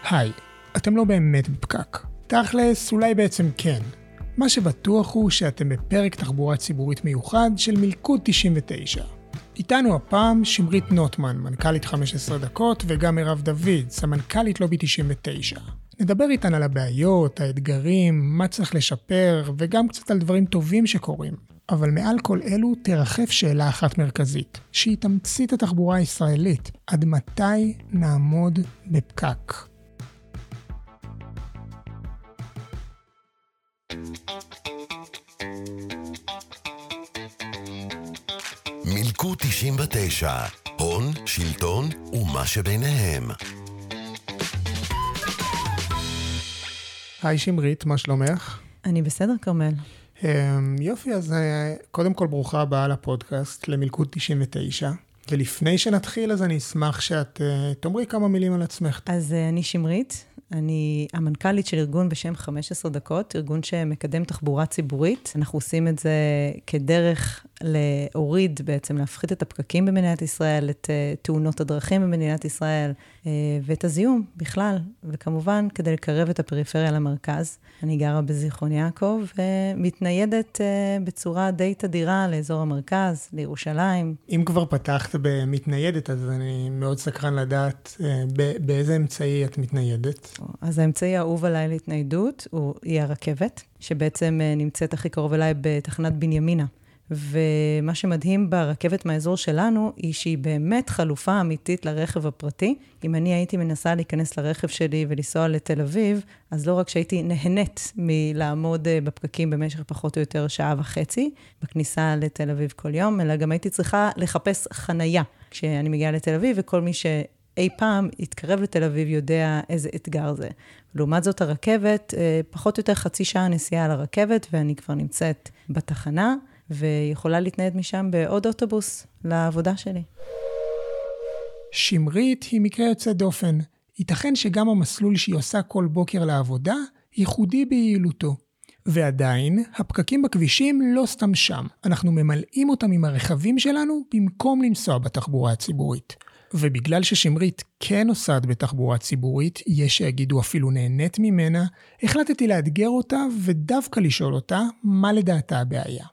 היי, אתם לא באמת בפקק. תכלס, אולי בעצם כן. מה שבטוח הוא שאתם בפרק תחבורה ציבורית מיוחד של מלכוד 99. איתנו הפעם שמרית נוטמן, מנכ"לית 15 דקות, וגם מירב דוד, סמנכ"לית לובי 99. נדבר איתן על הבעיות, האתגרים, מה צריך לשפר, וגם קצת על דברים טובים שקורים. אבל מעל כל אלו תרחף שאלה אחת מרכזית, שהיא תמצית התחבורה הישראלית. עד מתי נעמוד בפקק? מלכוד 99, הון, שלטון ומה שביניהם. היי שמרית, מה שלומך? אני בסדר, כרמל. יופי, אז קודם כל ברוכה הבאה לפודקאסט למלכוד 99. ולפני שנתחיל, אז אני אשמח שאת תאמרי כמה מילים על עצמך. אז אני שמרית, אני המנכ"לית של ארגון בשם 15 דקות, ארגון שמקדם תחבורה ציבורית. אנחנו עושים את זה כדרך להוריד, בעצם להפחית את הפקקים במדינת ישראל, את תאונות הדרכים במדינת ישראל, ואת הזיהום בכלל, וכמובן כדי לקרב את הפריפריה למרכז. אני גרה בזיכרון יעקב, ומתניידת בצורה די תדירה לאזור המרכז, לירושלים. אם כבר פתחת במתניידת, אז אני מאוד סקרן לדעת באיזה אמצעי את מתניידת. אז האמצעי האהוב עליי להתניידות היא הרכבת, שבעצם נמצאת הכי קרוב אליי בתחנת בנימינה. ומה שמדהים ברכבת מהאזור שלנו, היא שהיא באמת חלופה אמיתית לרכב הפרטי. אם אני הייתי מנסה להיכנס לרכב שלי ולנסוע לתל אביב, אז לא רק שהייתי נהנית מלעמוד בפקקים במשך פחות או יותר שעה וחצי, בכניסה לתל אביב כל יום, אלא גם הייתי צריכה לחפש חנייה כשאני מגיעה לתל אביב, וכל מי שאי פעם יתקרב לתל אביב יודע איזה אתגר זה. לעומת זאת הרכבת, פחות או יותר חצי שעה נסיעה על הרכבת, ואני כבר נמצאת בתחנה, ויכולה להתנייד משם בעוד אוטובוס לעבודה שלי. שמרית היא מקרה יוצא דופן. ייתכן שגם המסלול שהיא עושה כל בוקר לעבודה, ייחודי ביעילותו. ועדיין, הפקקים בכבישים לא סתם שם. אנחנו ממלאים אותם עם הרכבים שלנו במקום לנסוע בתחבורה הציבורית. ובגלל ששמרית כן נוסעת בתחבורה ציבורית, יש שיגידו אפילו נהנית ממנה, החלטתי לאתגר אותה ודווקא לשאול אותה מה לדעתה הבעיה.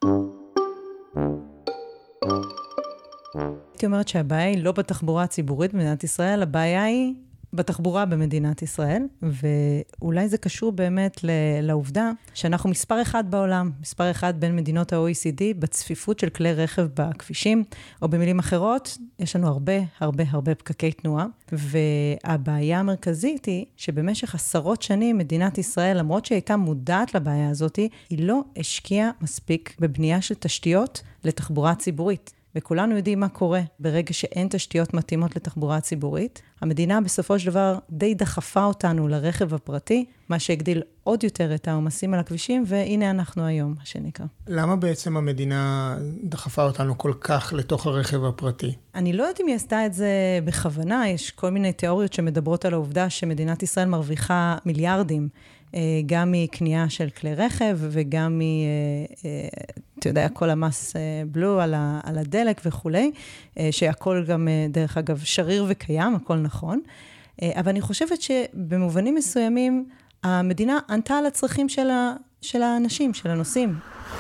הייתי אומרת שהבעיה היא לא בתחבורה הציבורית במדינת ישראל, הבעיה היא בתחבורה במדינת ישראל, ואולי זה קשור באמת לעובדה שאנחנו מספר אחד בעולם, מספר אחד בין מדינות ה-OECD, בצפיפות של כלי רכב בכבישים, או במילים אחרות, יש לנו הרבה פקקי תנועה, והבעיה המרכזית היא שבמשך עשרות שנים מדינת ישראל, למרות שהיא הייתה מודעת לבעיה הזאת, היא לא השקיעה מספיק בבנייה של תשתיות לתחבורה ציבורית. וכולנו יודעים מה קורה ברגע שאין תשתיות מתאימות לתחבורה ציבורית. המדינה בסופו של דבר די דחפה אותנו לרכב הפרטי, מה שהגדיל עוד יותר את העומסים על הכבישים, והנה אנחנו היום, מה שנקרא. למה בעצם המדינה דחפה אותנו כל כך לתוך הרכב הפרטי? אני לא יודעת אם היא עשתה את זה בכוונה, יש כל מיני תיאוריות שמדברות על העובדה שמדינת ישראל מרוויחה מיליארדים, גם מקנייה של כלי רכב, וגם אתה יודע, כל המס בלו על הדלק וכולי, שהכל גם, דרך אגב, שריר וקיים, הכל נכון. אבל אני חושבת שבמובנים מסוימים, המדינה ענתה על הצרכים של האנשים, של הנוסעים.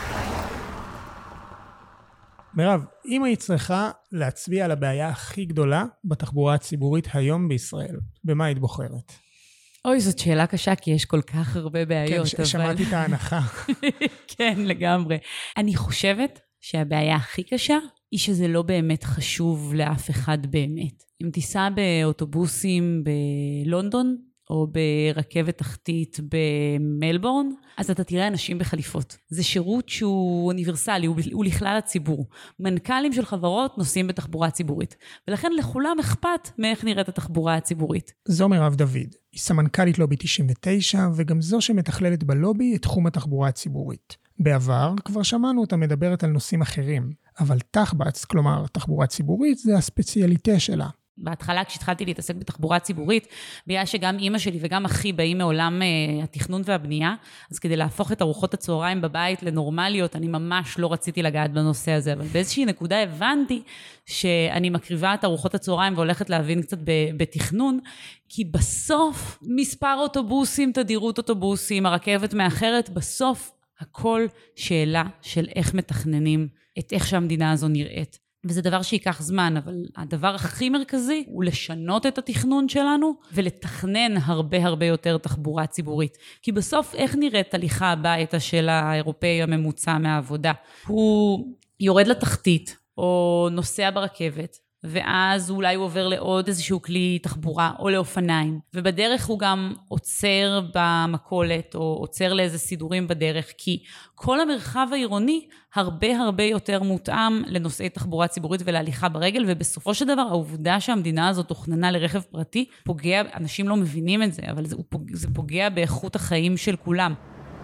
מירב, אם היית צריכה להצביע על הבעיה הכי גדולה בתחבורה הציבורית היום בישראל, במה היית בוחרת? אוי, זאת שאלה קשה, כי יש כל כך הרבה בעיות. כן, שמעתי את ההנחה. כן, לגמרי. אני חושבת שהבעיה הכי קשה היא שזה לא באמת חשוב לאף אחד באמת. אם תיסע באוטובוסים בלונדון, או ברכבת תחתית במלבורן, אז אתה תראה אנשים בחליפות. זה שירות שהוא אוניברסלי, הוא לכלל הציבור. מנכ"לים של חברות נוסעים בתחבורה ציבורית. ולכן לכולם אכפת מאיך נראית התחבורה הציבורית. זו מירב דוד. היא סמנכ"לית לובי 99, וגם זו שמתכללת בלובי את תחום התחבורה הציבורית. בעבר כבר שמענו אותה מדברת על נושאים אחרים, אבל תחב"צ, כלומר תחבורה ציבורית, זה הספציאליטה שלה. בהתחלה כשהתחלתי להתעסק בתחבורה ציבורית, בגלל שגם אמא שלי וגם אחי באים מעולם התכנון והבנייה, אז כדי להפוך את ארוחות הצהריים בבית לנורמליות, אני ממש לא רציתי לגעת בנושא הזה, אבל באיזושהי נקודה הבנתי שאני מקריבה את ארוחות הצהריים והולכת להבין קצת בתכנון, כי בסוף מספר אוטובוסים, תדירות אוטובוסים, הרכבת מאחרת, בסוף הכל שאלה של איך מתכננים את איך שהמדינה הזו נראית. וזה דבר שיקח זמן, אבל הדבר הכי מרכזי הוא לשנות את התכנון שלנו ולתכנן הרבה הרבה יותר תחבורה ציבורית. כי בסוף איך נראית הליכה הביתה של האירופאי הממוצע מהעבודה? הוא יורד לתחתית או נוסע ברכבת, ואז אולי הוא עובר לעוד איזשהו כלי תחבורה או לאופניים, ובדרך הוא גם עוצר במכולת או עוצר לאיזה סידורים בדרך, כי כל המרחב העירוני הרבה הרבה יותר מותאם לנושאי תחבורה ציבורית ולהליכה ברגל, ובסופו של דבר העובדה שהמדינה הזאת תוכננה לרכב פרטי פוגע, אנשים לא מבינים את זה, אבל זה פוגע באיכות החיים של כולם.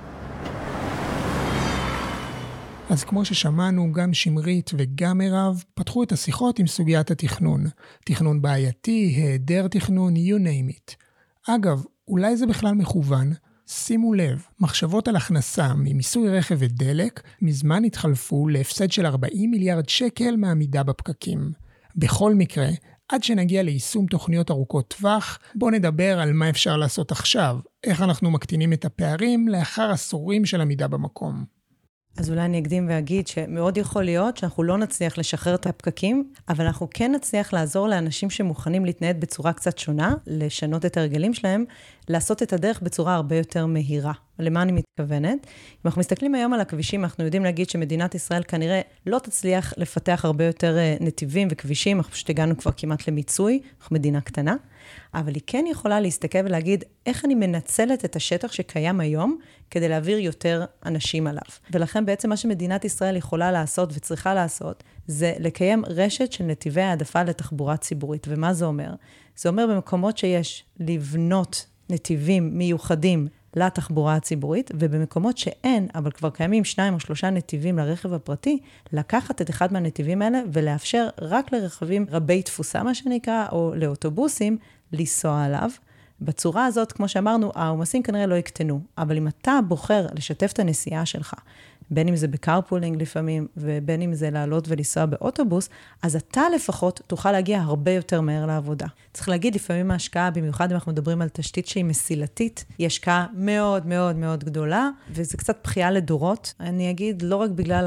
אז כמו ששמענו, גם שמרית וגם מירב פתחו את השיחות עם סוגיית התכנון. תכנון בעייתי, היעדר תכנון, you name it. אגב, אולי זה בכלל מכוון? שימו לב, מחשבות על הכנסה ממיסוי רכב ודלק מזמן התחלפו להפסד של 40 מיליארד שקל מעמידה בפקקים. בכל מקרה, עד שנגיע ליישום תוכניות ארוכות טווח, בואו נדבר על מה אפשר לעשות עכשיו, איך אנחנו מקטינים את הפערים לאחר עשורים של עמידה במקום. אז אולי אני אקדים ואגיד שמאוד יכול להיות שאנחנו לא נצליח לשחרר את הפקקים, אבל אנחנו כן נצליח לעזור לאנשים שמוכנים להתנהד בצורה קצת שונה, לשנות את הרגלים שלהם, לעשות את הדרך בצורה הרבה יותר מהירה. למה אני מתכוונת? אם אנחנו מסתכלים היום על הכבישים, אנחנו יודעים להגיד שמדינת ישראל כנראה לא תצליח לפתח הרבה יותר נתיבים וכבישים, אנחנו פשוט הגענו כבר כמעט למיצוי, אנחנו מדינה קטנה, אבל היא כן יכולה להסתכל ולהגיד איך אני מנצלת את השטח שקיים היום, כדי להעביר יותר אנשים עליו. ולכן בעצם מה שמדינת ישראל יכולה לעשות וצריכה לעשות, זה לקיים רשת של נתיבי העדפה לתחבורה ציבורית. ומה זה אומר? זה אומר במקומות שיש לבנות נתיבים מיוחדים לתחבורה הציבורית, ובמקומות שאין, אבל כבר קיימים 2 או 3 נתיבים לרכב הפרטי, לקחת את אחד מהנתיבים האלה ולאפשר רק לרכבים רבי תפוסה, מה שנקרא, או לאוטובוסים, לנסוע עליו. בצורה הזאת, כמו שאמרנו, העומסים כנראה לא יקטנו, אבל אם אתה בוחר לשתף את הנסיעה שלך, בין אם זה בקארפולינג לפעמים, ובין אם זה לעלות ולנסוע באוטובוס, אז אתה לפחות תוכל להגיע הרבה יותר מהר לעבודה. צריך להגיד, לפעמים ההשקעה, במיוחד אם אנחנו מדברים על תשתית שהיא מסילתית, היא השקעה מאוד מאוד מאוד גדולה, וזה קצת בחייה לדורות. אני אגיד, לא רק בגלל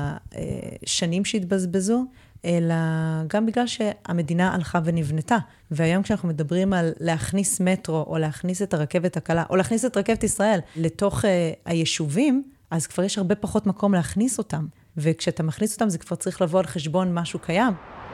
השנים שהתבזבזו, אלא גם בגלל שהמדינה הלכה ונבנתה. והיום כשאנחנו מדברים על להכניס מטרו, או להכניס את הרכבת הקלה, או להכניס את רכבת ישראל לתוך היישובים, אז כבר יש הרבה פחות מקום להכניס אותם. וכשאתה מכניס אותם, זה כבר צריך לבוא על חשבון משהו קיים.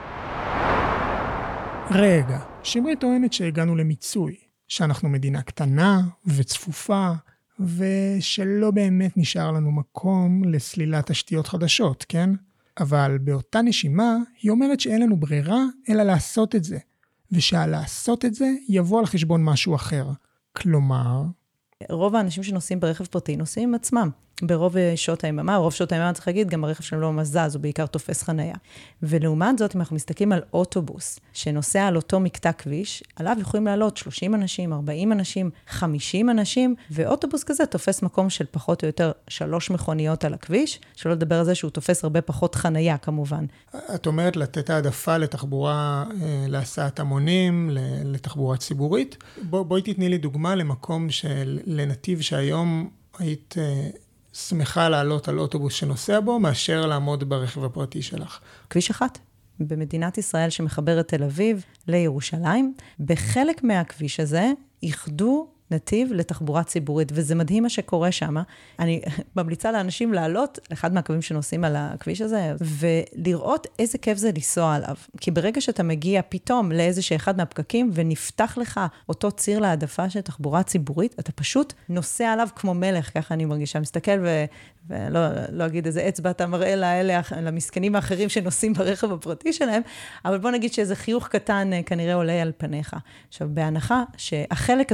רגע, שמרית טוענת שהגענו למיצוי, שאנחנו מדינה קטנה וצפופה, ושלא באמת נשאר לנו מקום לסלילת תשתיות חדשות, כן? אבל באותה נשימה, היא אומרת שאין לנו ברירה, אלא לעשות את זה. ושעל לעשות את זה, יבוא על חשבון משהו אחר. כלומר, רוב האנשים שנוסעים ברכב פרטי נוסעים עם עצמם. ברוב שעות היממה, רוב שעות היממה צריך להגיד, גם הרכב שלנו לא מזז, הוא בעיקר תופס חנייה. ולעומת זאת, אם אנחנו מסתכלים על אוטובוס, שנוסע על אותו מקטע כביש, עליו יכולים לעלות 30 אנשים, 40 אנשים, 50 אנשים, ואוטובוס כזה תופס מקום של פחות או יותר 3 מכוניות על הכביש, שלא לדבר על זה שהוא תופס הרבה פחות חנייה, כמובן. את אומרת לתת העדפה לתחבורה, להסעת המונים, לתחבורה ציבורית. בואי תתני לי דוגמה למקום לנתיב שהיום היית שמחה לעלות על אוטובוס שנוסע בו, מאשר לעמוד ברכב הפרטי שלך. כביש 1, במדינת ישראל שמחבר את תל אביב לירושלים, בחלק מהכביש הזה יחדו נתיב לתחבורה ציבורית, וזה מדהים מה שקורה שם. אני ממליצה לאנשים לעלות לאחד מהקווים שנוסעים על הכביש הזה, ולראות איזה כיף זה לנסוע עליו. כי ברגע שאתה מגיע פתאום לאיזשהו אחד מהפקקים, ונפתח לך אותו ציר להעדפה של תחבורה ציבורית, אתה פשוט נוסע עליו כמו מלך, ככה אני מרגישה. מסתכל ולא אגיד איזה אצבע אתה מראה לאלה, למסכנים האחרים שנוסעים ברכב הפרטי שלהם, אבל בוא נגיד שאיזה חיוך קטן כנראה עולה על פניך. עכשיו, בהנחה שהחלק הזה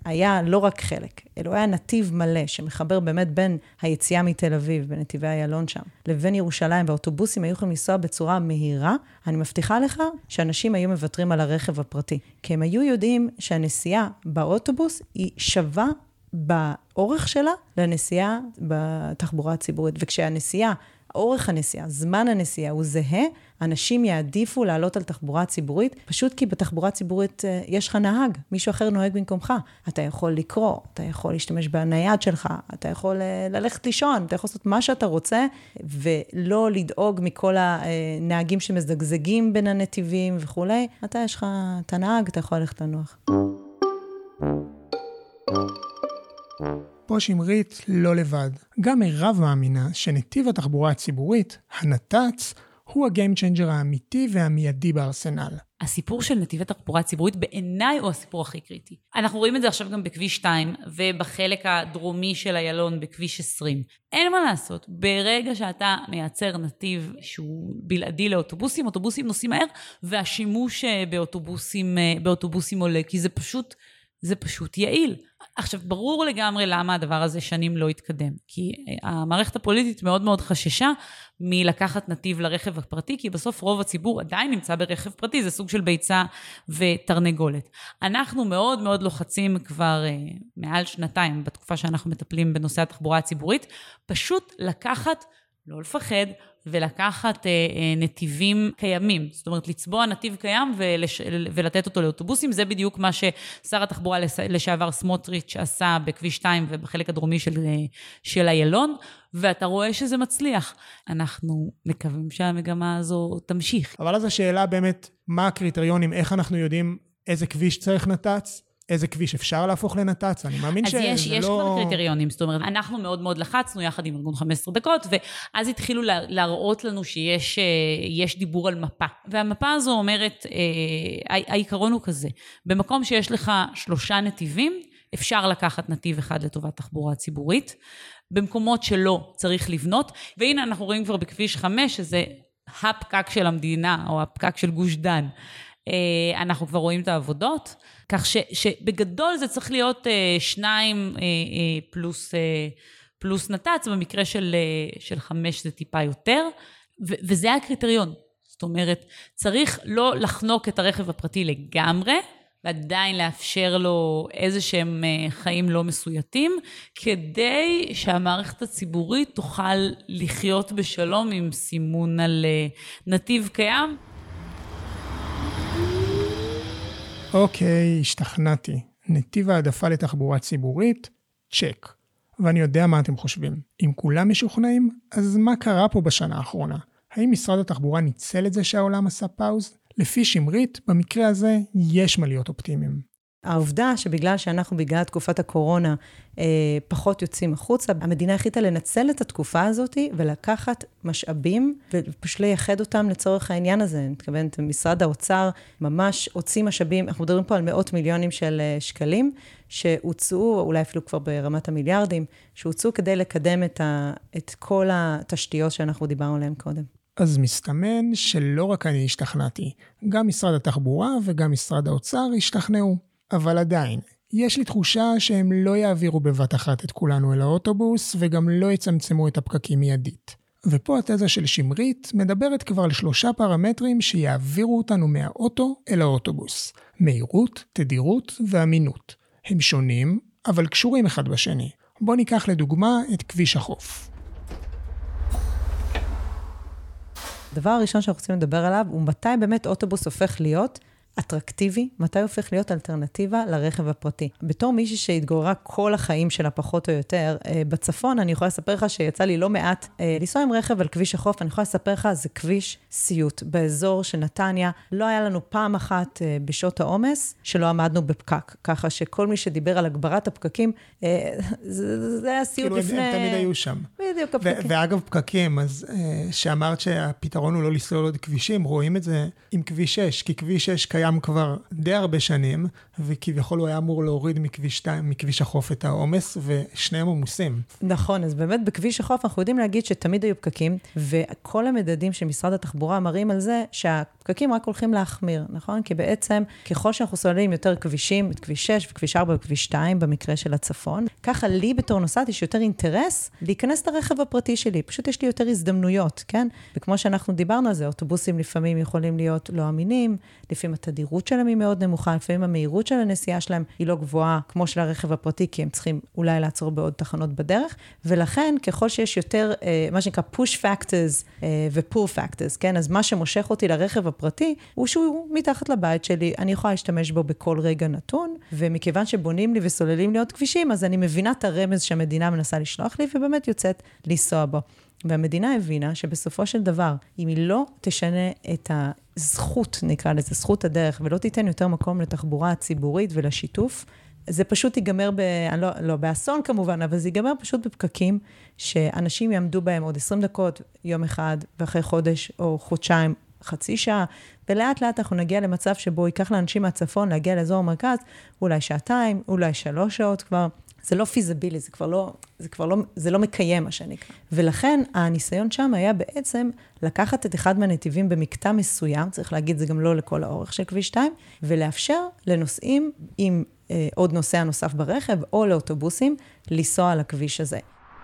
היה לא רק חלק, אלא היה נתיב מלא שמחבר באמת בין היציאה מתל אביב, בנתיבי איילון שם, לבין ירושלים, והאוטובוסים היו יכולים לנסוע בצורה מהירה, אני מבטיחה לך שאנשים היו מוותרים על הרכב הפרטי, כי הם היו יודעים שהנסיעה באוטובוס היא שווה באורך שלה לנסיעה בתחבורה הציבורית, וכשהנסיעה, אורך הנסיעה, זמן הנסיעה הוא זהה, אנשים יעדיפו לעלות על תחבורה ציבורית, פשוט כי בתחבורה ציבורית יש לך נהג, מישהו אחר נוהג במקומך. אתה יכול לקרוא, אתה יכול להשתמש בנייד שלך, אתה יכול ללכת לישון, אתה יכול לעשות מה שאתה רוצה, ולא לדאוג מכל הנהגים שמזגזגים בין הנתיבים וכו'. אתה יש לך את הנהג, אתה יכול ללכת לנוח. פה שמרית לא לבד. גם מירב מאמינה שנתיב התחבורה הציבורית, הנת"צ, הוא הגיים צ'יינג'ר האמיתי והמיידי בארסנל. הסיפור של נתיבי תחבורה ציבורית בעיניי הוא הסיפור הכי קריטי. אנחנו רואים את זה עכשיו גם בכביש 2 ובחלק הדרומי של איילון בכביש 20. אין מה לעשות, ברגע שאתה מייצר נתיב שהוא בלעדי לאוטובוסים, אוטובוסים נוסעים מהר והשימוש באוטובוסים עולה, כי זה פשוט יעיל. עכשיו, ברור לגמרי למה הדבר הזה שנים לא התקדם, כי המערכת הפוליטית מאוד מאוד חששה מלקחת נתיב לרכב הפרטי, כי בסוף רוב הציבור עדיין נמצא ברכב פרטי, זה סוג של ביצה ותרנגולת. אנחנו מאוד מאוד לוחצים כבר מעל שנתיים, בתקופה שאנחנו מטפלים בנושא התחבורה הציבורית, פשוט לקחת, לא לפחד, ולקחת נתיבים קיימים. זאת אומרת, לצבוע נתיב קיים ולתת אותו לאוטובוסים. זה בדיוק מה ששר התחבורה לשעבר סמוטריץ' עשה בכביש 2 ובחלק הדרומי של איילון, ואתה רואה שזה מצליח. אנחנו מקווים שהמגמה הזו תמשיך. אבל אז השאלה באמת, מה הקריטריונים, איך אנחנו יודעים איזה כביש צריך נת"צ? איזה כביש אפשר להפוך לנת"צ? אני מאמין שזה לא... אז יש כבר קריטריונים, זאת אומרת, אנחנו מאוד מאוד לחצנו יחד עם ארגון 15 דקות, ואז התחילו להראות לנו שיש דיבור על מפה. והמפה הזו אומרת, העיקרון הוא כזה, במקום שיש לך 3 נתיבים, אפשר לקחת נתיב אחד לטובת תחבורה ציבורית, במקומות שלא צריך לבנות, והנה אנחנו רואים כבר בכביש 5, שזה הפקק של המדינה, או הפקק של גוש דן. אנחנו כבר רואים את העבודות, כך שבגדול זה צריך להיות 2 פלוס נת"צ, במקרה של 5 זה טיפה יותר, וזה הקריטריון. זאת אומרת, צריך לא לחנוק את הרכב הפרטי לגמרי, ועדיין לאפשר לו איזה שהם חיים לא מסויטים, כדי שהמערכת הציבורית תוכל לחיות בשלום עם סימון על נתיב קיים. אוקיי, השתכנעתי. נתיב העדפה לתחבורה ציבורית, צ'ק. ואני יודע מה אתם חושבים. אם כולם משוכנעים, אז מה קרה פה בשנה האחרונה? האם משרד התחבורה ניצל את זה שהעולם עשה פאוז? לפי שמרית, במקרה הזה יש מה להיות אופטימיים. העובדה שבגלל שאנחנו בגלל תקופת הקורונה פחות יוצאים החוצה, המדינה החליטה לנצל את התקופה הזאת ולקחת משאבים ופשוט לייחד אותם לצורך העניין הזה. אני מתכוונת, משרד האוצר ממש הוציא משאבים, אנחנו מדברים פה על מאות מיליונים של שקלים, שהוצאו, אולי אפילו כבר ברמת המיליארדים, שהוצאו כדי לקדם את כל התשתיות שאנחנו דיברנו עליהן קודם. אז מסתמן שלא רק אני השתכנעתי, גם משרד התחבורה וגם משרד האוצר השתכנעו. אבל עדיין, יש לי תחושה שהם לא יעבירו בבת אחת את כולנו אל האוטובוס, וגם לא יצמצמו את הפקקים מיידית. ופה התזה של שמרית מדברת כבר על 3 פרמטרים שיעבירו אותנו מהאוטו אל האוטובוס. מהירות, תדירות ואמינות. הם שונים, אבל קשורים אחד בשני. בוא ניקח לדוגמה את כביש החוף. הדבר הראשון שאנחנו רוצים לדבר עליו, הוא מתי באמת אוטובוס הופך להיות אטרקטיבי, מתי הופך להיות אלטרנטיבה לרכב הפרטי. בתור מישהי שהתגוררה כל החיים שלה פחות או יותר, בצפון אני יכולה לספר לך שיצא לי לא מעט לנסוע עם רכב על כביש החוף, אני יכולה לספר לך, זה כביש סיוט. באזור של נתניה, לא היה לנו פעם אחת בשעות העומס שלא עמדנו בפקק. ככה שכל מי שדיבר על הגברת הפקקים, זה היה סיוט לפני... הם תמיד היו שם. בדיוק, הפקקים. ואגב פקקים, אז שאמרת שהפתרון הוא לא לסלול עוד כבישים, רואים את זה עם כביש 6, כי כביש 6 קיים קיים כבר די הרבה שנים, וכביכול הוא היה אמור להוריד מכביש החוף את העומס, ושניהם עמוסים. נכון, אז באמת בכביש החוף אנחנו יודעים להגיד שתמיד היו פקקים, וכל המדדים של משרד התחבורה מראים על זה שהפקקים רק הולכים להחמיר, נכון? כי בעצם ככל שאנחנו סוללים יותר כבישים, את כביש 6 וכביש 4 וכביש 2 במקרה של הצפון, ככה לי בתור נוסעת יש יותר אינטרס להיכנס לרכב הפרטי שלי, פשוט יש לי יותר הזדמנויות, כן? וכמו שאנחנו דיברנו על זה, אוטובוסים לפעמים יכולים להיות לא אמינים, לפעמים התדירות שלהם היא מאוד נמוכה, לפעמים המהירות של הנסיעה שלהם היא לא גבוהה כמו של הרכב הפרטי, כי הם צריכים אולי לעצור בעוד תחנות בדרך, ולכן ככל שיש יותר, מה שנקרא push factors ו-pull factors, כן? אז מה שמושך אותי לרכב הפרטי, הוא שהוא מתחת לבית שלי, אני יכולה להשתמש בו בכל רגע נתון, ומכיוון שבונים לי וסוללים לי עוד כבישים, אז אני מבינה את הרמז שהמדינה מנסה לשלוח לי, ובאמת יוצאת לנסוע בו. והמדינה הבינה שבסופו של דבר, אם היא לא תשנה את הזכות, נקרא לזה, זכות הדרך, ולא תיתן יותר מקום לתחבורה הציבורית ולשיתוף, זה פשוט ייגמר, לא באסון כמובן, אבל זה ייגמר פשוט בפקקים, שאנשים יעמדו בהם עוד 20 דקות, יום אחד, ואחרי חודש או חודשיים, חצי שעה, ולאט לאט אנחנו נגיע למצב שבו ייקח לאנשים מהצפון להגיע לאזור המרכז, אולי שעתיים, אולי 3 שעות כבר, זה לא פיזבילי, זה לא מקיים מה שנקרא. ולכן הניסיון שם היה בעצם לקחת את אחד מהנתיבים במקטע מסוים, צריך להגיד זה גם לא לכל האורך של כביש 2, ולאפשר לנוסעים עם עוד נוסע נוסף ברכב או לאוטובוסים לנסוע על הכביש הזה.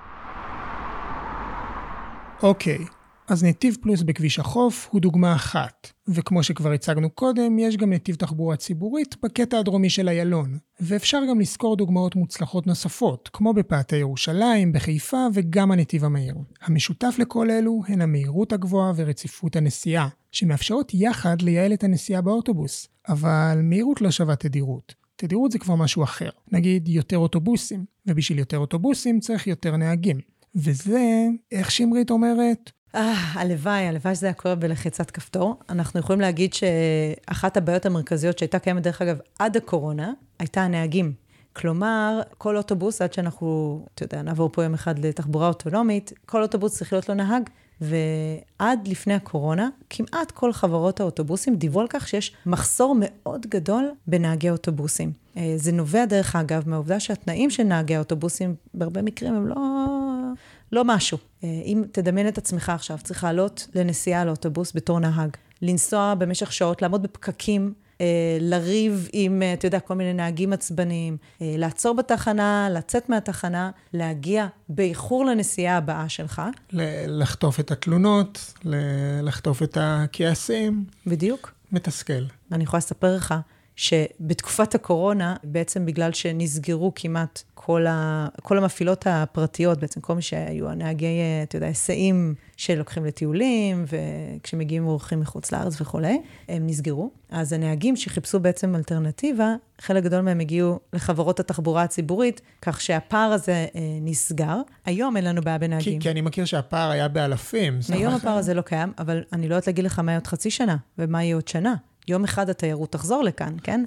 אוקיי. אז נתיב פלוס בכביש החוף הוא דוגמה אחת, וכמו שכבר הצגנו קודם, יש גם נתיב תחבורה ציבורית בקטע הדרומי של איילון, ואפשר גם לזכור דוגמאות מוצלחות נוספות, כמו בפאתי ירושלים, בחיפה וגם הנתיב המהיר. המשותף לכל אלו הן המהירות הגבוהה ורציפות הנסיעה, שמאפשרות יחד לייעל את הנסיעה באוטובוס, אבל מהירות לא שווה תדירות. תדירות זה כבר משהו אחר, נגיד יותר אוטובוסים, ובשביל יותר אוטובוסים צריך יותר נהגים. וזה, איך שמרית אומרת, הלוואי שזה היה קורה בלחיצת כפתור. אנחנו יכולים להגיד שאחת הבעיות המרכזיות שהייתה קיימת דרך אגב עד הקורונה, הייתה הנהגים. כלומר, כל אוטובוס, עד שאנחנו, נעבור פה יום אחד לתחבורה אוטונומית, כל אוטובוס צריך להיות לו נהג, ועד לפני הקורונה, כמעט כל חברות האוטובוסים דיווחו על כך שיש מחסור מאוד גדול בנהגי אוטובוסים. זה נובע דרך אגב מהעובדה שהתנאים של נהגי האוטובוסים בהרבה מקרים הם לא משהו. אם תדמיין את עצמך עכשיו, צריך לעלות לנסיעה לאוטובוס בתור נהג, לנסוע במשך שעות, לעמוד בפקקים, לריב עם, כל מיני נהגים עצבניים, לעצור בתחנה, לצאת מהתחנה, להגיע באיחור לנסיעה הבאה שלך. לחטוף את התלונות, לחטוף את הכעסים. בדיוק. מתסכל. אני יכולה לספר לך שבתקופת הקורונה, בעצם בגלל שנסגרו כמעט כל המפעילות הפרטיות, בעצם כל מי שהיו הנהגי, היסעים שלוקחים לטיולים, וכשמגיעים אורחים מחוץ לארץ וכו', הם נסגרו. אז הנהגים שחיפשו בעצם אלטרנטיבה, חלק גדול מהם הגיעו לחברות התחבורה הציבורית, כך שהפער הזה נסגר. היום אין לנו בעיה בנהגים. כי אני מכיר שהפער היה באלפים. היום הפער הזה לא קיים, אבל אני לא יודעת להגיד לך מה יהיה עוד חצי שנה, ומה יהיה עוד שנה. יום אחד התיירות תחזור לכאן, כן?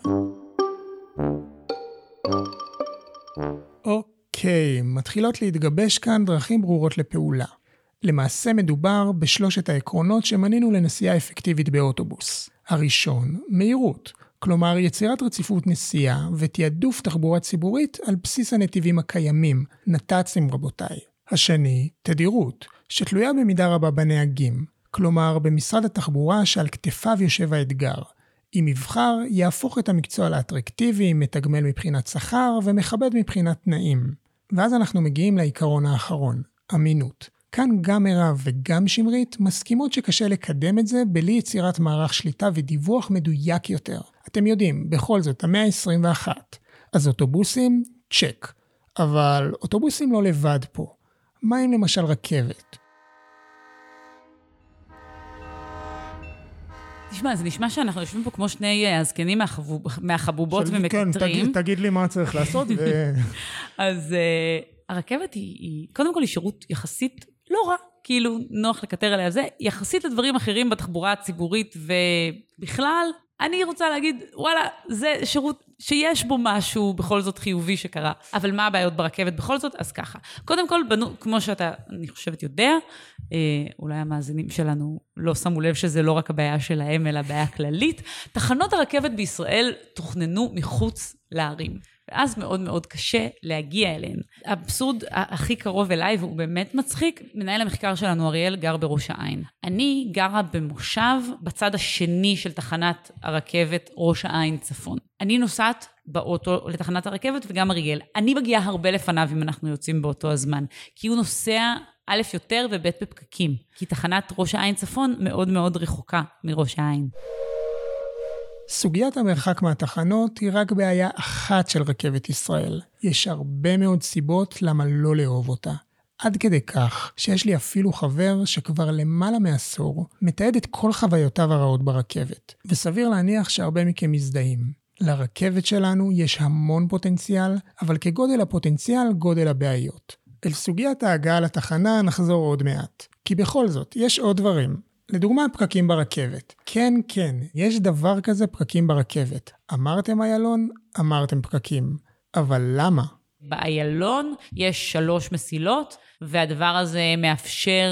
אוקיי, מתחילות להתגבש כאן דרכים ברורות לפעולה. למעשה מדובר בשלושת העקרונות שמנינו לנסיעה אפקטיבית באוטובוס. הראשון, מהירות, כלומר יצירת רציפות נסיעה ותיעדוף תחבורה ציבורית על בסיס הנתיבים הקיימים, נת"צים רבותיי. השני, תדירות, שתלויה במידה רבה בנהגים, כלומר במשרד התחבורה שעל כתפיו יושב האתגר. אם יבחר, יהפוך את המקצוע לאטרקטיבי, מתגמל מבחינת שכר ומכבד מבחינת תנאים. ואז אנחנו מגיעים לעיקרון האחרון, אמינות. כאן גם מירב וגם שמרית מסכימות שקשה לקדם את זה בלי יצירת מערך שליטה ודיווח מדויק יותר. אתם יודעים, בכל זאת, המאה ה-21. אז אוטובוסים, צ'ק. אבל אוטובוסים לא לבד פה. מה אם למשל רכבת? תשמע, זה נשמע שאנחנו יושבים פה כמו שני הזקנים מהחבובות ומקטרים. כן, תגיד לי מה צריך לעשות. אז הרכבת היא, קודם כל היא שירות יחסית לא רע, כאילו נוח לקטר עליה זה, יחסית לדברים אחרים בתחבורה הציבורית, ובכלל אני רוצה להגיד, וואלה, זה שירות שיש בו משהו בכל זאת חיובי שקרה. אבל מה הבעיות ברכבת בכל זאת? אז ככה. קודם כל, כמו שאתה, אני חושבת, יודע, אולי המאזינים שלנו לא שמו לב שזה לא רק הבעיה שלהם, אלא הבעיה הכללית. תחנות הרכבת בישראל תוכננו מחוץ לערים. ואז מאוד מאוד קשה להגיע אליהן. האבסורד הכי קרוב אליי, והוא באמת מצחיק, מנהל המחקר שלנו, אריאל, גר בראש העין. אני גרה במושב בצד השני של תחנת הרכבת ראש העין צפון. אני נוסעת באוטו לתחנת הרכבת וגם אריאל. אני מגיעה הרבה לפניו אם אנחנו יוצאים באותו הזמן, כי הוא נוסע א' יותר וב' בפקקים. כי תחנת ראש העין צפון מאוד מאוד רחוקה מראש העין. סוגיית המרחק מהתחנות היא רק בעיה אחת של רכבת ישראל. יש הרבה מאוד סיבות למה לא לאהוב אותה. עד כדי כך שיש לי אפילו חבר שכבר למעלה מעשור מתעד את כל חוויותיו הרעות ברכבת. וסביר להניח שהרבה מכם מזדהים. לרכבת שלנו יש המון פוטנציאל, אבל כגודל הפוטנציאל גודל הבעיות. אל סוגיית ההגעה לתחנה נחזור עוד מעט. כי בכל זאת, יש עוד דברים. לדוגמה, פקקים ברכבת. כן, יש דבר כזה פקקים ברכבת. אמרתם איילון, אמרתם פקקים. אבל למה? באיילון יש 3 מסילות, והדבר הזה מאפשר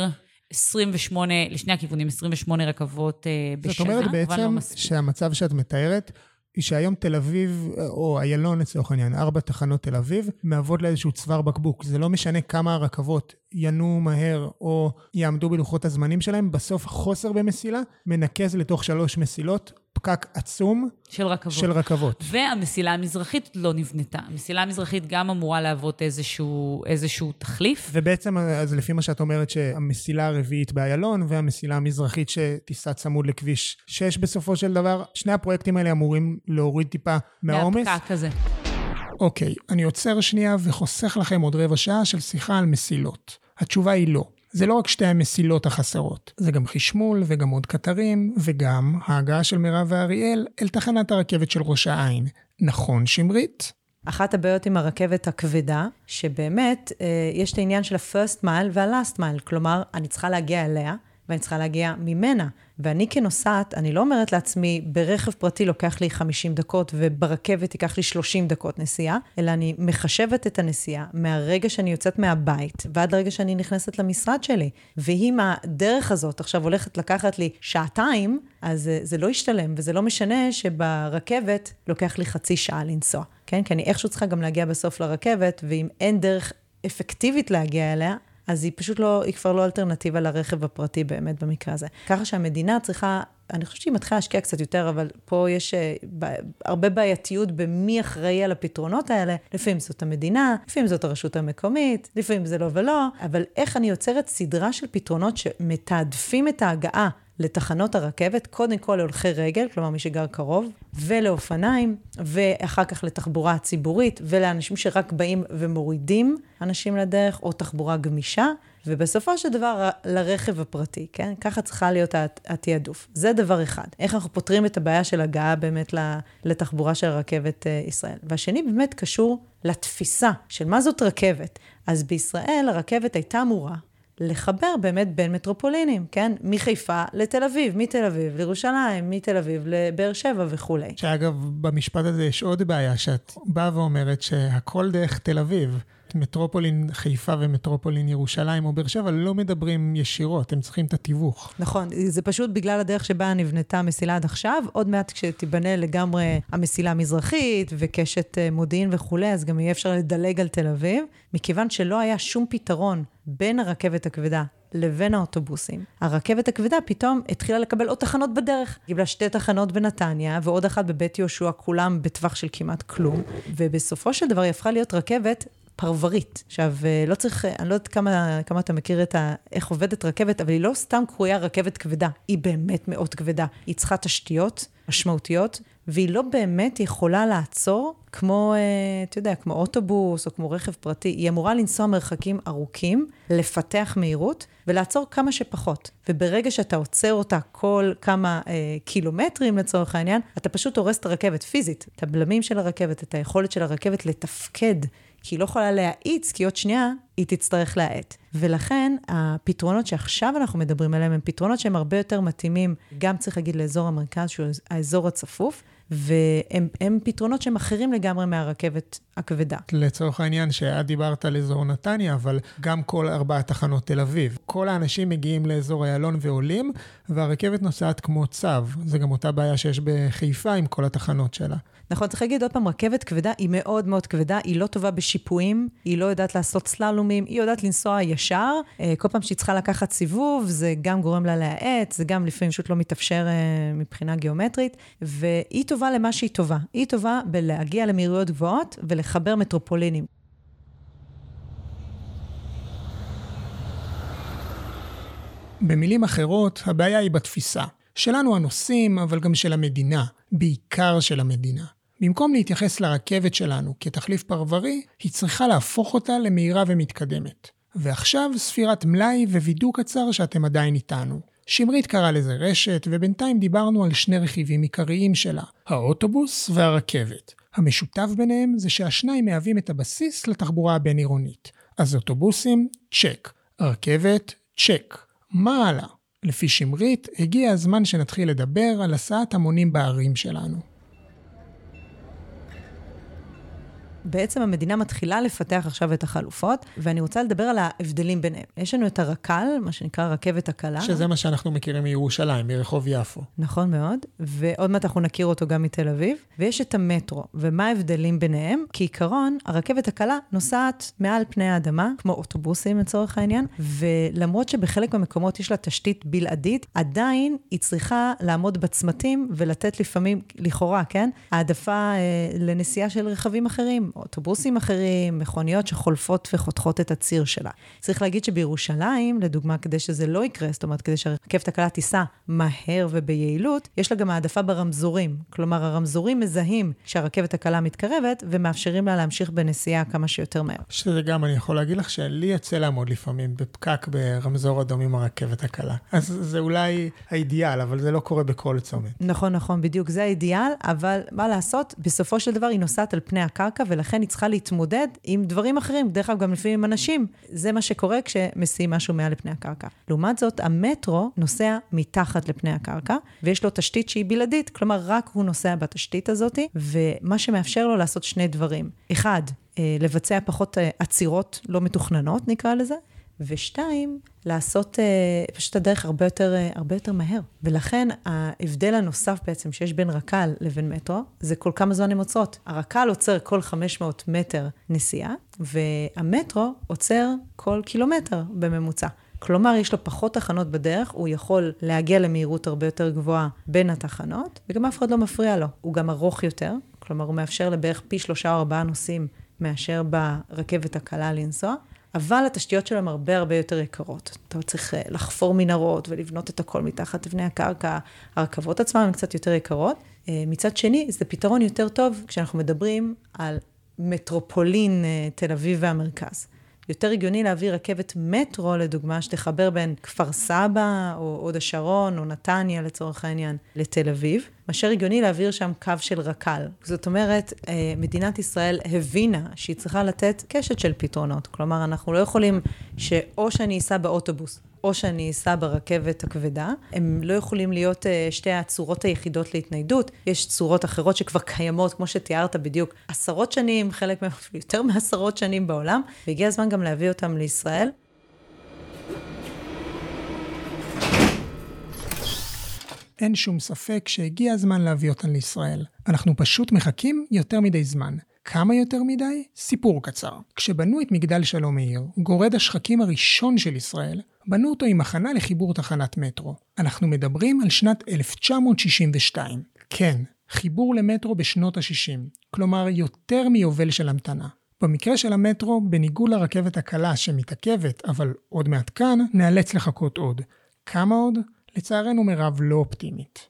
28, לשני הכיוונים, 28 רכבות בשנה. זאת אומרת בעצם שהמצב שאת מתארת, היא שהיום תל אביב, או איילון לצורך העניין, 4 תחנות תל אביב, מהוות לאיזשהו צוואר בקבוק. זה לא משנה כמה הרכבות ינועו מהר, או יעמדו בלוחות הזמנים שלהם, בסוף חוסר במסילה, מנקז לתוך 3 מסילות, פקק עצום של רכבות. והמסילה המזרחית לא נבנתה. המסילה המזרחית גם אמורה להוות איזשהו תחליף. ובעצם, אז לפי מה שאת אומרת, שהמסילה הרביעית באיילון, והמסילה המזרחית שתיסע צמוד לכביש 6 בסופו של דבר, שני הפרויקטים האלה אמורים להוריד טיפה מהעומס. מהפקק הזה. אוקיי, אני עוצר שנייה וחוסך לכם עוד רבע שעה של שיחה על מסילות. התשובה היא לא. זה לא רק 2 המסילות החסרות, זה גם חשמול וגם עוד קטרים, וגם ההגעה של מירב ואריאל אל תחנת הרכבת של ראש העין. נכון, שמרית? אחת הבעיות עם הרכבת הכבדה, שבאמת יש את העניין של ה-first mile וה-last mile, כלומר, אני צריכה להגיע אליה, ואני צריכה להגיע ממנה. ואני כנוסעת, אני לא אומרת לעצמי, ברכב פרטי לוקח לי 50 דקות, וברכבת ייקח לי 30 דקות נסיעה, אלא אני מחשבת את הנסיעה מהרגע שאני יוצאת מהבית, ועד לרגע שאני נכנסת למשרד שלי. ואם הדרך הזאת עכשיו הולכת לקחת לי 2 שעות, אז זה לא ישתלם, וזה לא משנה שברכבת לוקח לי חצי שעה לנסוע. כן? כי אני איכשהו צריכה גם להגיע בסוף לרכבת, ואם אין דרך אפקטיבית להגיע אליה, אז היא פשוט לא, היא כבר לא אלטרנטיבה לרכב הפרטי באמת במקרה הזה. ככה שהמדינה צריכה, אני חושבת שהיא מתחילה להשקיע קצת יותר, אבל פה יש הרבה בעייתיות במי אחראי על הפתרונות האלה. לפעמים זאת המדינה, לפעמים זאת הרשות המקומית, לפעמים זה לא ולא, אבל איך אני יוצרת סדרה של פתרונות שמתעדפים את ההגעה לתחנות הרכבת, קודם כל להולכי רגל, כלומר מי שגר קרוב, ולאופניים, ואחר כך לתחבורה הציבורית, ולאנשים שרק באים ומורידים אנשים לדרך, או תחבורה גמישה, ובסופו של דבר לרכב הפרטי, כן? ככה צריכה להיות התיעדוף. זה דבר אחד. איך אנחנו פותרים את הבעיה של הגעה באמת לתחבורה של רכבת ישראל. והשני באמת קשור לתפיסה של מה זאת רכבת. אז בישראל הרכבת הייתה אמורה לחבר באמת בין מטרופולינים, כן? מחיפה לתל אביב, מתל אביב לירושלים, מתל אביב לבאר שבע וכו'. שאגב, במשפט הזה יש עוד בעיה, שאת באה ואומרת שהכל דרך תל אביב. מטרופולין חיפה ומטרופולין ירושלים או באר שבע לא מדברים ישירות, הם צריכים את התיווך. נכון, זה פשוט בגלל הדרך שבה נבנתה המסילה עד עכשיו, עוד מעט כשתיבנה לגמרי המסילה המזרחית וקשת מודיעין וכו', אז גם יהיה אפשר לדלג על תל אביב, מכיוון שלא היה שום פתרון בין הרכבת הכבדה לבין האוטובוסים. הרכבת הכבדה פתאום התחילה לקבל עוד תחנות בדרך. קיבלה 2 תחנות בנתניה, ועוד אחת בבית יהושע, כולם בטווח של כמעט כלום. ובסופו של דבר היא הפכה להיות רכבת פרברית. עכשיו, לא צריך, אני לא יודעת כמה אתה מכיר איך עובדת רכבת, אבל היא לא סתם קרויה רכבת כבדה. היא באמת מאוד כבדה. היא צריכה תשתיות משמעותיות, והיא לא באמת יכולה לעצור כמו, אתה יודע, כמו אוטובוס או כמו רכב פרטי. היא אמורה לנסוע מרחקים ארוכים, לפתח מהירות ולעצור כמה שפחות. וברגע שאתה עוצר אותה כל כמה קילומטרים לצורך העניין, אתה פשוט הורס את הרכבת פיזית. את הבלמים של הרכבת, את היכולת של הרכבת לתפקד, כי היא לא יכולה להאיץ, כי עוד שנייה היא תצטרך להעט. ולכן, הפתרונות שעכשיו אנחנו מדברים עליהם, הם פתרונות שהם הרבה יותר מתאימים, גם צריך להגיד לאזור המרכז, שהוא האזור הצפוף, והם פתרונות שהם אחרים לגמרי מהרכבת הכבדה. לצורך העניין שאת דיברת על אזור נתניה, אבל גם כל 4 תחנות תל אביב. כל האנשים מגיעים לאזור איילון ועולים, והרכבת נוסעת כמו צו. זה גם אותה בעיה שיש בחיפה עם כל התחנות שלה. נכון, צריך להגיד עוד פעם, רכבת כבדה היא מאוד מאוד כבדה, היא לא טובה בשיפועים, היא לא יודעת לעשות סללומים, היא יודעת לנסוע ישר, כל פעם שהיא צריכה לקחת סיבוב, זה גם גורם לה להאט, זה גם לפעמים פשוט לא מתאפשר מבחינה גיאומטרית, והיא טובה למה שהיא טובה. היא טובה בלהגיע למהירויות גבוהות ולחבר מטרופולינים. במילים אחרות, הבעיה היא בתפיסה. שלנו הנוסעים, אבל גם של המדינה, בעיקר של המדינה. במקום להתייחס לרכבת שלנו כתחליף פרברי, היא צריכה להפוך אותה למהירה ומתקדמת. ועכשיו ספירת מלאי ווידוא קצר שאתם עדיין איתנו. שמרית קרא לזה רשת, ובינתיים דיברנו על 2 רכיבים עיקריים שלה, האוטובוס והרכבת. המשותף ביניהם זה שהשניים מהווים את הבסיס לתחבורה הבין-עירונית. אז אוטובוסים, צ'ק. רכבת, צ'ק. מה הלאה? לפי שמרית, הגיע הזמן שנתחיל לדבר על הסעת המונים בערים שלנו. בעצם המדינה מתחילה לפתח עכשיו את החלופות, ואני רוצה לדבר על ההבדלים ביניהם. יש לנו את הרק"ל, מה שנקרא רכבת הקלה. שזה מה שאנחנו מכירים מירושלים, מרחוב יפו. נכון מאוד, ועוד מעט אנחנו נכיר אותו גם מתל אביב. ויש את המטרו, ומה ההבדלים ביניהם? כעיקרון, הרכבת הקלה נוסעת מעל פני האדמה, כמו אוטובוסים לצורך העניין, ולמרות שבחלק מהמקומות יש לה תשתית בלעדית, עדיין היא צריכה לעמוד בצמתים ולתת לפעמים, לכאורה, כן? העדפה לנסיעה של רכבים אחרים. אוטובוסים אחרים, מכוניות שחולפות וחותכות את הציר שלה. צריך להגיד שבירושלים, לדוגמה, כדי שזה לא יקרה, זאת אומרת, כדי שהרכבת הקלה תיסע מהר וביעילות, יש לה גם העדפה ברמזורים. כלומר, הרמזורים מזהים שהרכבת הקלה מתקרבת, ומאפשרים לה להמשיך בנסיעה כמה שיותר מהר. שזה גם, אני יכול להגיד לך שלי יצא לעמוד לפעמים בפקק ברמזור אדום עם הרכבת הקלה. אז זה אולי האידיאל, אבל זה לא קורה בכל צומת. נכון, נכון, בדיוק, זה האידיאל, אבל מה לעשות? בסופו של דבר היא נוסעת על פני הקרקע, ולכן היא צריכה להתמודד עם דברים אחרים, דרך אגב גם לפעמים עם אנשים. זה מה שקורה כשמסיעים משהו מעל לפני הקרקע. לעומת זאת, המטרו נוסע מתחת לפני הקרקע, ויש לו תשתית שהיא בלעדית, כלומר רק הוא נוסע בתשתית הזאת, ומה שמאפשר לו לעשות 2 דברים. 1, לבצע פחות עצירות לא מתוכננות, נקרא לזה, ו2, לעשות פשוט הדרך הרבה יותר מהר. ולכן ההבדל הנוסף בעצם שיש בין רק"ל לבין מטרו, זה כל כמה זמן הם עוצרות. הרק"ל עוצר כל 500 מטר נסיעה, והמטרו עוצר כל קילומטר בממוצע. כלומר, יש לו פחות תחנות בדרך, הוא יכול להגיע למהירות הרבה יותר גבוהה בין התחנות, וגם אף אחד לא מפריע לו. הוא גם ארוך יותר, כלומר, הוא מאפשר לבערך פי 3 או 4 נוסעים מאשר ברכבת הקלה לנסוע. אבל התשתיות שלהם הרבה יותר יקרות. אתה צריך לחפור מנהרות ולבנות את הכל מתחת לבני הקרקע. הרכבות עצמם הן קצת יותר יקרות. מצד שני, זה פתרון יותר טוב כשאנחנו מדברים על מטרופולין תל אביב והמרכז. יותר הגיוני להביא רכבת מטרו, לדוגמה, שתחבר בין כפר סבא, או הוד השרון, או נתניה, לצורך העניין, לתל אביב, מאשר הגיוני להעביר שם קו של רק"ל. זאת אומרת, מדינת ישראל הבינה שהיא צריכה לתת קשת של פתרונות. כלומר, אנחנו לא יכולים שאו שאני אסע באוטובוס, או שאני אסע ברכבת הכבדה. הם לא יכולים להיות 2 הצורות היחידות להתניידות. יש צורות אחרות שכבר קיימות, כמו שתיארת בדיוק, 10 שנים, חלק מהם יותר מ10 שנים בעולם, והגיע הזמן גם להביא אותם לישראל. אין שום ספק שהגיע הזמן להביא אותן לישראל. אנחנו פשוט מחכים יותר מדי זמן. כמה יותר מדי? סיפור קצר. כשבנו את מגדל שלום מאיר, גורד השחקים הראשון של ישראל, בנו אותו עם הכנה לחיבור תחנת מטרו. אנחנו מדברים על שנת 1962. כן, חיבור למטרו בשנות ה-60. כלומר, יותר מיובל של המתנה. במקרה של המטרו, בניגוד לרכבת הקלה שמתעכבת, אבל עוד מעט כאן, נאלץ לחכות עוד. כמה עוד? לצערנו מרב לא אופטימית.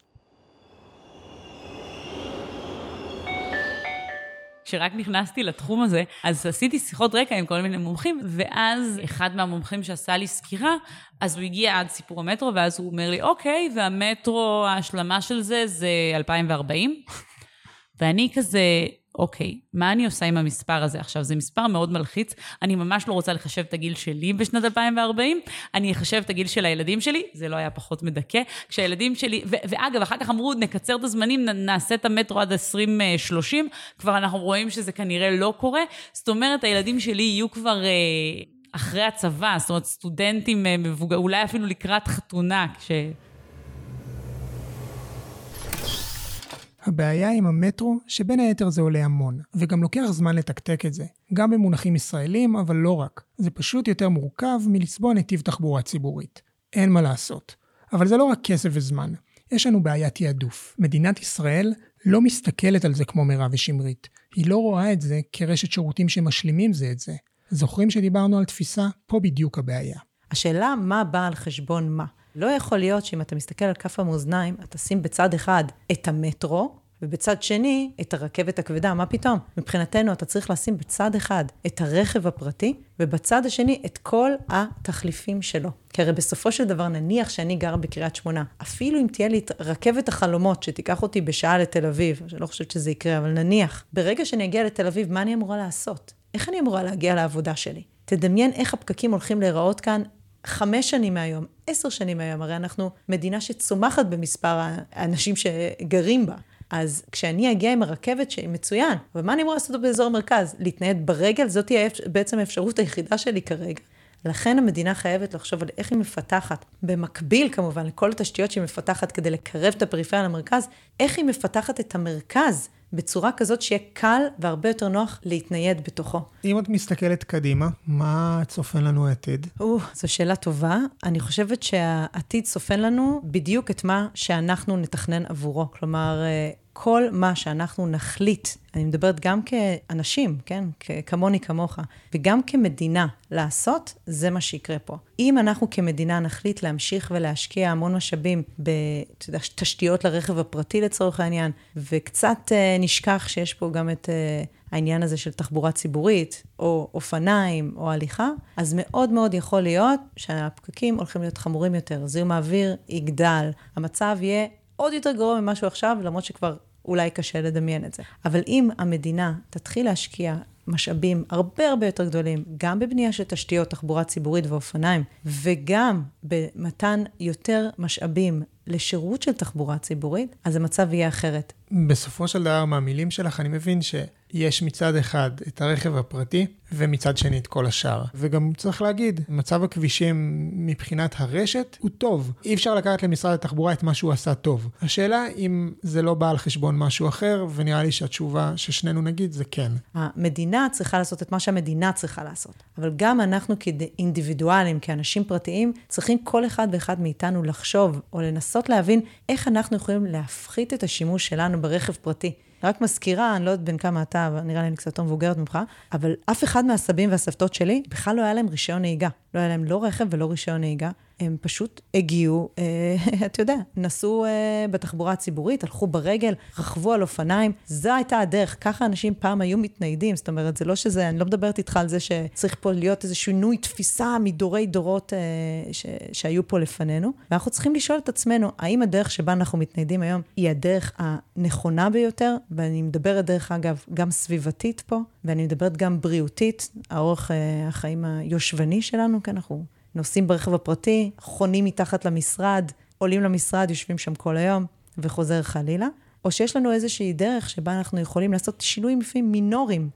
כשרק נכנסתי לתחום הזה, אז עשיתי שיחות רקע עם כל מיני מומחים, ואז אחד מהמומחים שעשה לי סקירה, אז הוא הגיע עד סיפור המטרו, ואז הוא אומר לי, אוקיי, והמטרו, ההשלמה של זה 2040. ואני כזה, אוקיי, מה אני עושה עם המספר הזה? עכשיו, זה מספר מאוד מלחיץ, אני ממש לא רוצה לחשב את הגיל שלי בשנת 2040, אני אחשב את הגיל של הילדים שלי, זה לא היה פחות מדכא, כשהילדים שלי, ואגב, אחר כך אמרו, נקצר את הזמנים, נעשה את המטרו עד 2030, כבר אנחנו רואים שזה כנראה לא קורה, זאת אומרת, הילדים שלי יהיו כבר אחרי הצבא, זאת אומרת, סטודנטים מבוגרים, אולי אפילו לקראת חתונה, הבעיה עם המטרו, שבין היתר זה עולה המון, וגם לוקח זמן לתקתק את זה, גם במונחים ישראלים, אבל לא רק. זה פשוט יותר מורכב מלצבוע נתיב תחבורה ציבורית. אין מה לעשות. אבל זה לא רק כסף וזמן. יש לנו בעיית תיעדוף. מדינת ישראל לא מסתכלת על זה כמו מירב ושמרית. היא לא רואה את זה כרשת שירותים שמשלימים זה את זה. זוכרים שדיברנו על תפיסה? פה בדיוק הבעיה. השאלה מה בא על חשבון מה. לא יכול להיות שאם אתה מסתכל על כף המאזניים, אתה שים בצד אחד את המטרו, ובצד שני את הרכבת הכבדה. מה פתאום? מבחינתנו אתה צריך לשים בצד אחד את הרכב הפרטי, ובצד השני את כל התחליפים שלו. כי הרי בסופו של דבר נניח שאני גרה בקריית שמונה, אפילו אם תהיה לי את רכבת החלומות שתיקח אותי בשעה לתל אביב, אני לא חושבת שזה יקרה, אבל נניח, ברגע שאני אגיע לתל אביב, מה אני אמורה לעשות? איך אני אמורה להגיע לעבודה שלי? תדמיין איך הפקקים הולכים להיראות כאן 5 שנים מהיום, 10 שנים מהיום, הרי אנחנו מדינה שצומחת במספר האנשים שגרים בה. אז כשאני אגיע עם הרכבת שהיא מצוין, ומה אני אמורה לעשות באזור המרכז? להתנייד ברגל, זאת תהיה בעצם האפשרות היחידה שלי כרגע. לכן המדינה חייבת לחשוב על איך היא מפתחת, במקביל כמובן לכל התשתיות שהיא מפתחת כדי לקרב את הפריפריה למרכז, איך היא מפתחת את המרכז בצורה כזאת שיהיה קל והרבה יותר נוח להתנייד בתוכו. אם את מסתכלת קדימה, מה צופן לנו העתיד? זו שאלה טובה. אני חושבת שהעתיד צופן לנו בדיוק את מה שאנחנו נתכנן עבורו. כלומר, כל מה שאנחנו נחליט, אני מדברת גם כאנשים, כן? כמוני כמוך, וגם כמדינה לעשות, זה מה שיקרה פה. אם אנחנו כמדינה נחליט להמשיך ולהשקיע המון משאבים בתשתיות לרכב הפרטי לצורך העניין, וקצת נשכח שיש פה גם את העניין הזה של תחבורה ציבורית, או אופניים, או הליכה, אז מאוד מאוד יכול להיות שהפקקים הולכים להיות חמורים יותר. זיהום האוויר יגדל, המצב יהיה עוד יותר גרוע ממשהו עכשיו, למרות שכבר אולי קשה לדמיין את זה. אבל אם המדינה תתחיל להשקיע משאבים הרבה הרבה יותר גדולים, גם בבנייה של תשתיות, תחבורה ציבורית ואופניים, וגם במתן יותר משאבים לשירות של תחבורה ציבורית, אז המצב יהיה אחרת. בסופו של דבר, מהמילים שלך, אני מבין שיש מצד אחד את הרכב הפרטי, ומצד שני את כל השאר. וגם צריך להגיד, מצב הכבישים מבחינת הרשת הוא טוב. אי אפשר לקחת למשרד התחבורה את מה שהוא עשה טוב. השאלה אם זה לא בא על חשבון משהו אחר, ונראה לי שהתשובה ששנינו נגיד זה כן. המדינה צריכה לעשות את מה שהמדינה צריכה לעשות. אבל גם אנחנו כאינדיבידואלים, כאנשים פרטיים, צריכים כל אחד ואחד מאיתנו לחשוב, או לנסות להבין איך אנחנו יכולים להפחית את השימוש שלנו ברכב פרטי. רק מזכירה, אני לא יודעת בין כמה אתה, אבל נראה לי אני קצת יותר מבוגרת ממך, אבל אף אחד מהסבים והסבתות שלי, בכלל לא היה להם רישיון נהיגה. לא היה להם לא רכב ולא רישיון נהיגה. הם פשוט הגיעו, אתה יודע, נסעו בתחבורה הציבורית, הלכו ברגל, רכבו על אופניים. זו הייתה הדרך. ככה אנשים פעם היו מתניידים. זאת אומרת, זה לא שזה, אני לא מדברת איתך על זה שצריך פה להיות איזה שינוי תפיסה מדורי דורות שהיו פה לפנינו. ואנחנו צריכים לשאול את עצמנו, האם הדרך שבה אנחנו מתניידים היום היא הדרך הנכונה ביותר? ואני מדברת דרך אגב גם סביבתית פה, ואני מדברת גם בריאותית, האורח החיים היושבני שלנו, כי אנחנו נוסעים ברכב הפרטי, חונים מתחת למשרד, עולים למשרד, יושבים שם כל היום, וחוזר חלילה, או שיש לנו איזושהי דרך שבה אנחנו יכולים לעשות שינויים לפעמים מינוריים.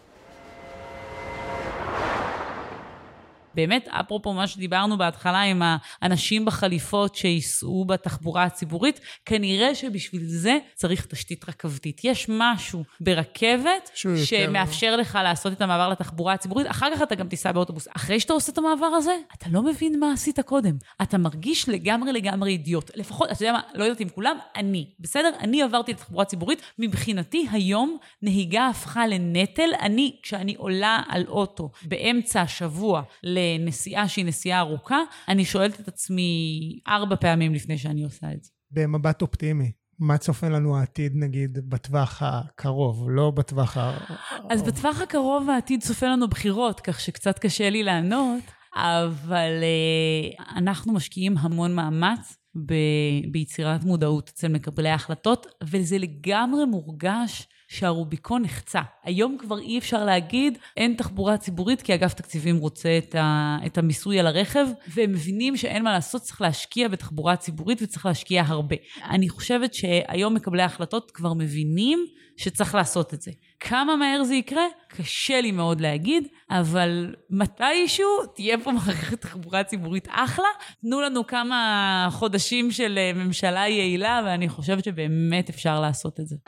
באמת, אפרופו מה שדיברנו בהתחלה עם האנשים בחליפות שיסעו בתחבורה הציבורית, כנראה שבשביל זה צריך תשתית רכבתית. יש משהו ברכבת שמאפשר לך לעשות את המעבר לתחבורה הציבורית, אחר כך אתה גם תיסע באוטובוס. אחרי שאתה עושה את המעבר הזה, אתה לא מבין מה עשית קודם. אתה מרגיש לגמרי אידיוט. לפחות, אתה יודע מה, לא יודעת עם כולם, בסדר? אני עברתי לתחבורה ציבורית, מבחינתי היום נהיגה הפכה לנטל. כשאני עולה על אוטו באמצע השבוע לנסיעה שהיא נסיעה ארוכה, אני שואלת את עצמי 4 פעמים לפני שאני עושה את זה. במבט אופטימי, מה צופן לנו העתיד, נגיד, בטווח הקרוב, לא בטווח אז בטווח הקרוב העתיד צופן לנו בחירות, כך שקצת קשה לי לענות, אבל אנחנו משקיעים המון מאמץ ביצירת מודעות אצל מקבלי ההחלטות, וזה לגמרי מורגש שהרוביקון נחצה. היום כבר אי אפשר להגיד, אין תחבורה ציבורית, כי אגף תקציבים רוצה את המיסוי על הרכב, והם מבינים שאין מה לעשות, צריך להשקיע בתחבורה ציבורית, וצריך להשקיע הרבה. אני חושבת שהיום מקבלי ההחלטות כבר מבינים שצריך לעשות את זה. כמה מהר זה יקרה? קשה לי מאוד להגיד, אבל מתישהו תהיה פה מערכת תחבורה ציבורית אחלה. תנו לנו כמה חודשים של ממשלה יעילה, ואני חושבת שבאמת אפשר לעשות את זה.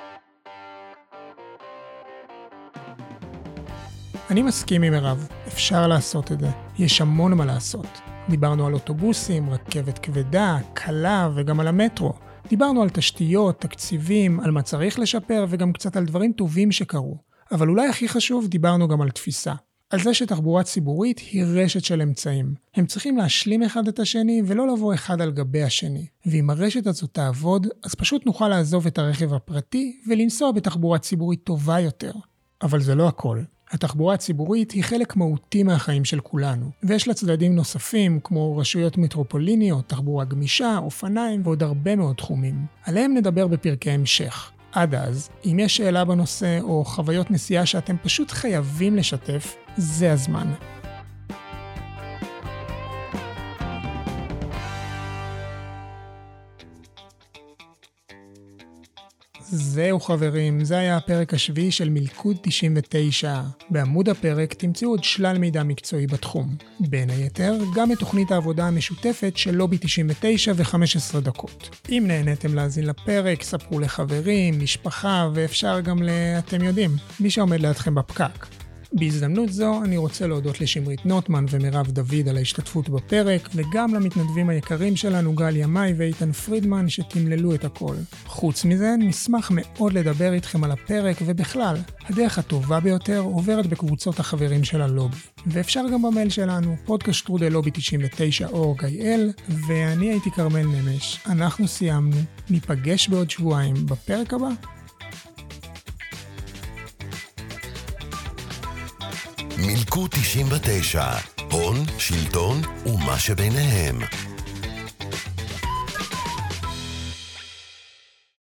אני מסכים עם מירב, אפשר לעשות את זה. יש המון מה לעשות. דיברנו על אוטובוסים, רכבת כבדה, קלה וגם על המטרו. דיברנו על תשתיות, תקציבים, על מה צריך לשפר וגם קצת על דברים טובים שקרו. אבל אולי הכי חשוב, דיברנו גם על תפיסה. על זה שתחבורה ציבורית היא רשת של אמצעים. הם צריכים להשלים אחד את השני ולא לבוא אחד על גבי השני. ואם הרשת הזאת תעבוד, אז פשוט נוכל לעזוב את הרכב הפרטי ולנסוע בתחבורה ציבורית טובה יותר. אבל זה לא הכל. התחבורה הציבורית היא חלק מהותי מהחיים של כולנו, ויש לה צדדים נוספים כמו רשויות מטרופוליניות, תחבורה גמישה, אופניים ועוד הרבה מאוד תחומים. עליהם נדבר בפרקי המשך. עד אז, אם יש שאלה בנושא או חוויות נסיעה שאתם פשוט חייבים לשתף, זה הזמן. זהו חברים, זה היה הפרק השביעי של מלכוד 99. בעמוד הפרק תמצאו עוד שלל מידע מקצועי בתחום. בין היתר, גם את תוכנית העבודה המשותפת של לובי 99 ו-15 דקות. אם נהניתם להאזין לפרק, ספרו לחברים, משפחה, ואפשר גם אתם יודעים, מי שעומד לידכם בפקק. בהזדמנות זו אני רוצה להודות לשמרית נוטמן ומירב דוד על ההשתתפות בפרק, וגם למתנדבים היקרים שלנו גל ימי ואיתן פרידמן שתמללו את הכל. חוץ מזה, נשמח מאוד לדבר איתכם על הפרק, ובכלל, הדרך הטובה ביותר עוברת בקבוצות החברים של הלובי. ואפשר גם במייל שלנו, podcast@lobby99.org.il, ואני הייתי קרמל נמש. אנחנו סיימנו, ניפגש בעוד שבועיים בפרק הבא. מלכוד 99, הון, שלטון ומה שביניהם.